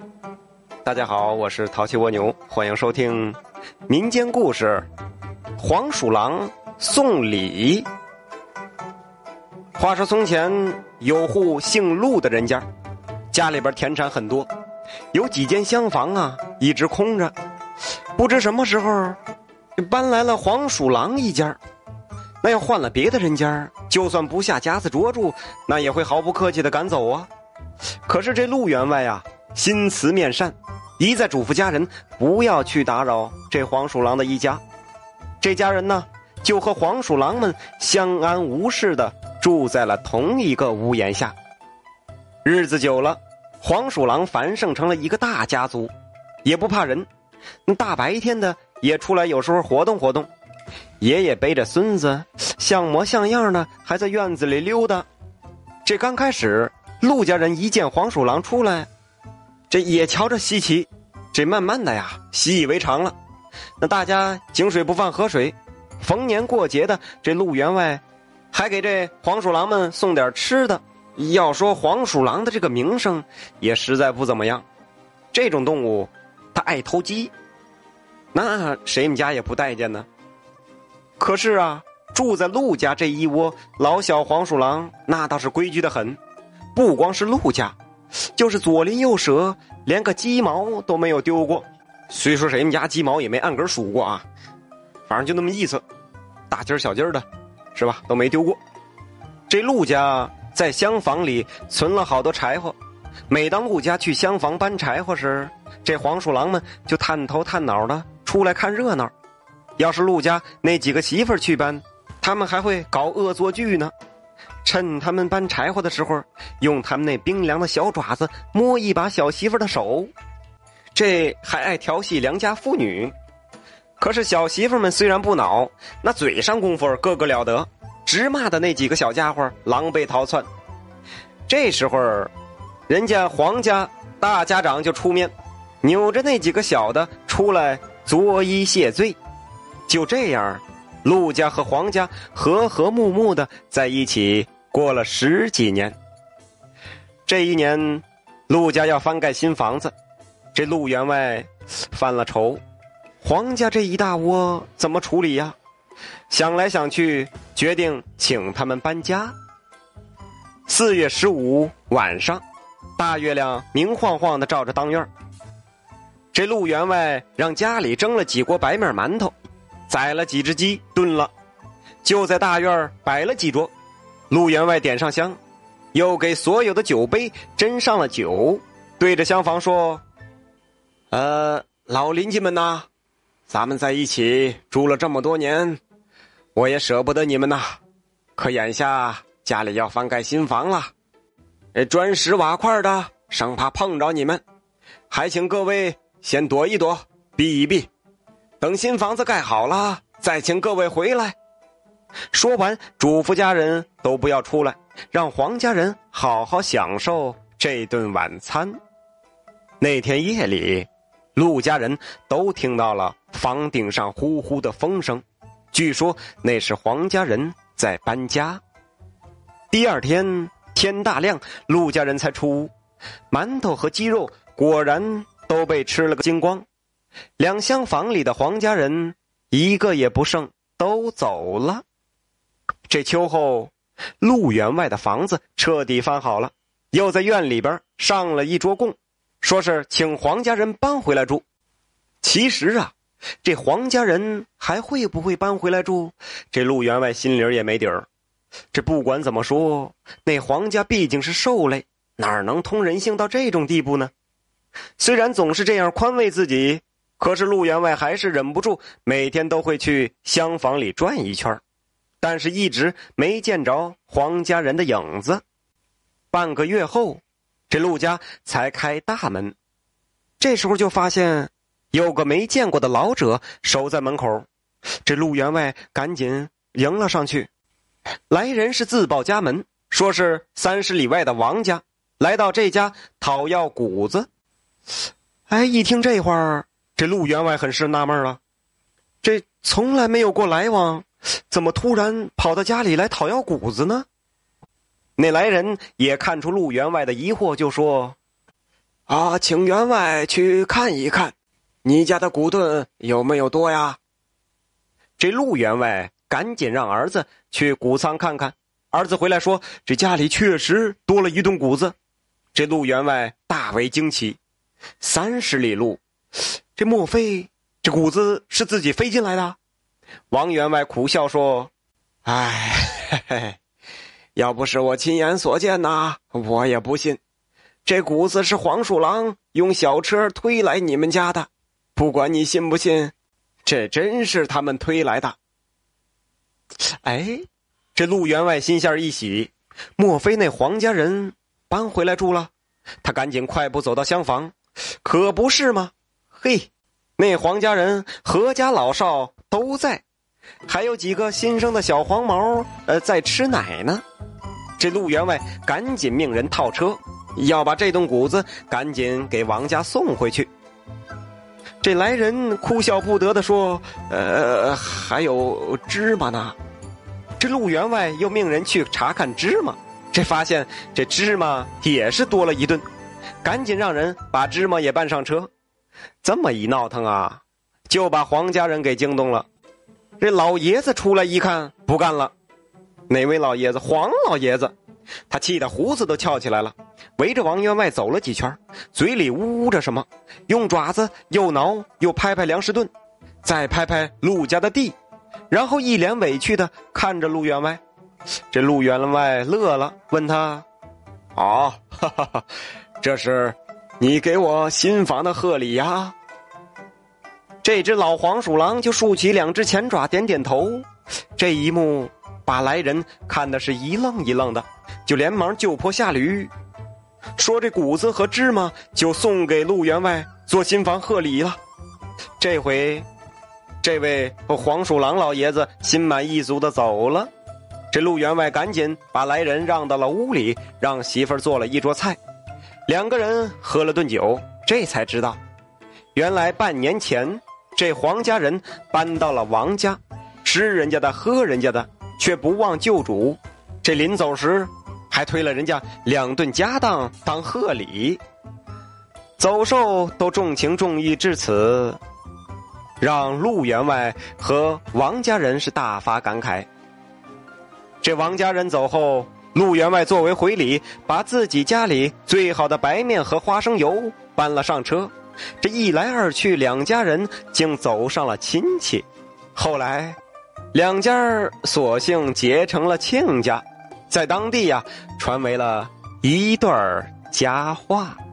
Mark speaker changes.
Speaker 1: 大家好，我是淘气蜗牛，欢迎收听民间故事《黄鼠狼送礼》。话说从前有户姓陆的人家，家里边田产很多，有几间厢房啊一直空着，不知什么时候搬来了黄鼠狼一家。那要换了别的人家，就算不下夹子捉住，那也会毫不客气的赶走啊。可是这陆员外啊心慈面善，一再嘱咐家人不要去打扰这黄鼠狼的一家。这家人呢就和黄鼠狼们相安无事的住在了同一个屋檐下。日子久了，黄鼠狼繁盛成了一个大家族，也不怕人，大白天的也出来有时候活动活动。爷爷背着孙子像模像样的还在院子里溜达。这刚开始陆家人一见黄鼠狼出来，这也瞧着稀奇，这慢慢的呀习以为常了。那大家井水不犯河水，逢年过节的这陆员外还给这黄鼠狼们送点吃的。要说黄鼠狼的这个名声也实在不怎么样，这种动物它爱偷鸡，那谁们家也不待见呢。可是啊，住在陆家这一窝老小黄鼠狼那倒是规矩的很，不光是陆家，就是左邻右舍连个鸡毛都没有丢过。虽说谁们家鸡毛也没按根数过啊，反正就那么意思，大鸡儿小鸡儿的是吧，都没丢过。这陆家在厢房里存了好多柴火，每当陆家去厢房搬柴火时，这黄鼠狼们就探头探脑的出来看热闹。要是陆家那几个媳妇儿去搬，他们还会搞恶作剧呢，趁他们搬柴火的时候，用他们那冰凉的小爪子摸一把小媳妇的手，这还爱调戏良家妇女。可是小媳妇们虽然不恼，那嘴上功夫个个了得，直骂的那几个小家伙狼狈逃窜。这时候人家黄家大家长就出面，扭着那几个小的出来作揖谢罪。就这样，陆家和黄家和和睦睦的在一起过了10几年。这一年陆家要翻盖新房子，这陆员外犯了愁，黄家这一大窝怎么处理呀？想来想去，决定请他们搬家。4月15晚上，大月亮明晃晃的照着当院，这陆员外让家里蒸了几锅白面馒头，宰了几只鸡炖了，就在大院摆了几桌。陆员外点上香，又给所有的酒杯斟上了酒，对着厢房说：老邻居们呐，咱们在一起住了这么多年，我也舍不得你们呐，可眼下家里要翻盖新房了，砖石瓦块的生怕碰着你们，还请各位先躲一躲，避一避，等新房子盖好了再请各位回来。说完嘱咐家人都不要出来，让黄家人好好享受这顿晚餐。那天夜里，陆家人都听到了房顶上呼呼的风声，据说那是黄家人在搬家。第二天天大亮，陆家人才出屋，馒头和鸡肉果然都被吃了个精光。两厢房里的黄家人一个也不剩，都走了。这秋后，陆员外的房子彻底翻好了，又在院里边上了一桌供，说是请黄家人搬回来住。其实啊，这黄家人还会不会搬回来住，这陆员外心里也没底儿。这不管怎么说，那黄家毕竟是兽类，哪能通人性到这种地步呢？虽然总是这样宽慰自己，可是陆员外还是忍不住每天都会去厢房里转一圈，但是一直没见着黄家人的影子。半个月后，这陆家才开大门。这时候就发现有个没见过的老者守在门口，这陆员外赶紧迎了上去。来人是自报家门，说是30里外的王家来到这家讨要谷子。一听这话，这陆员外很是纳闷了，这从来没有过来往，怎么突然跑到家里来讨要谷子呢？那来人也看出陆员外的疑惑，就说： 请员外去看一看，你家的谷盾有没有多呀？这陆员外赶紧让儿子去谷仓看看。儿子回来说，这家里确实多了一吨谷子。这陆员外大为惊奇，30里路，这莫非这谷子是自己飞进来的？王员外苦笑说，嘿嘿，要不是我亲眼所见呐，我也不信。这谷子是黄鼠狼用小车推来你们家的，不管你信不信，这真是他们推来的。这陆员外心下一喜，莫非那黄家人搬回来住了？他赶紧快步走到厢房，可不是吗？嘿，那黄家人阖家老少都在，还有几个新生的小黄毛在吃奶呢。这陆员外赶紧命人套车，要把这栋谷子赶紧给王家送回去。这来人哭笑不得地说，还有芝麻呢。这陆员外又命人去查看芝麻，这发现这芝麻也是多了一吨，赶紧让人把芝麻也搬上车。这么一闹腾啊，就把黄家人给惊动了。这老爷子出来一看，不干了。哪位老爷子？黄老爷子。他气得胡子都翘起来了，围着王员外走了几圈，嘴里呜呜着什么，用爪子又挠又拍拍梁士顿，再拍拍陆家的地，然后一脸委屈的看着陆员外。这陆员外乐了，问他，这是你给我新房的贺礼呀？这只老黄鼠狼就竖起2只前爪点点头。这一幕把来人看的是一愣一愣的，就连忙就坡下驴，说这谷子和芝麻就送给陆员外做新房贺礼了。这回这位黄鼠狼老爷子心满意足的走了。这陆员外赶紧把来人让到了屋里，让媳妇儿做了一桌菜。2个人喝了顿酒，这才知道原来半年前这黄家人搬到了王家，吃人家的喝人家的，却不忘旧主。这临走时还推了人家2吨家当当贺礼，走兽都重情重义至此，让陆员外和王家人是大发感慨。这王家人走后，陆员外作为回礼，把自己家里最好的白面和花生油搬了上车。这一来二去，2家人竟走上了亲戚。后来2家索性结成了亲家，在当地传为了一段佳话。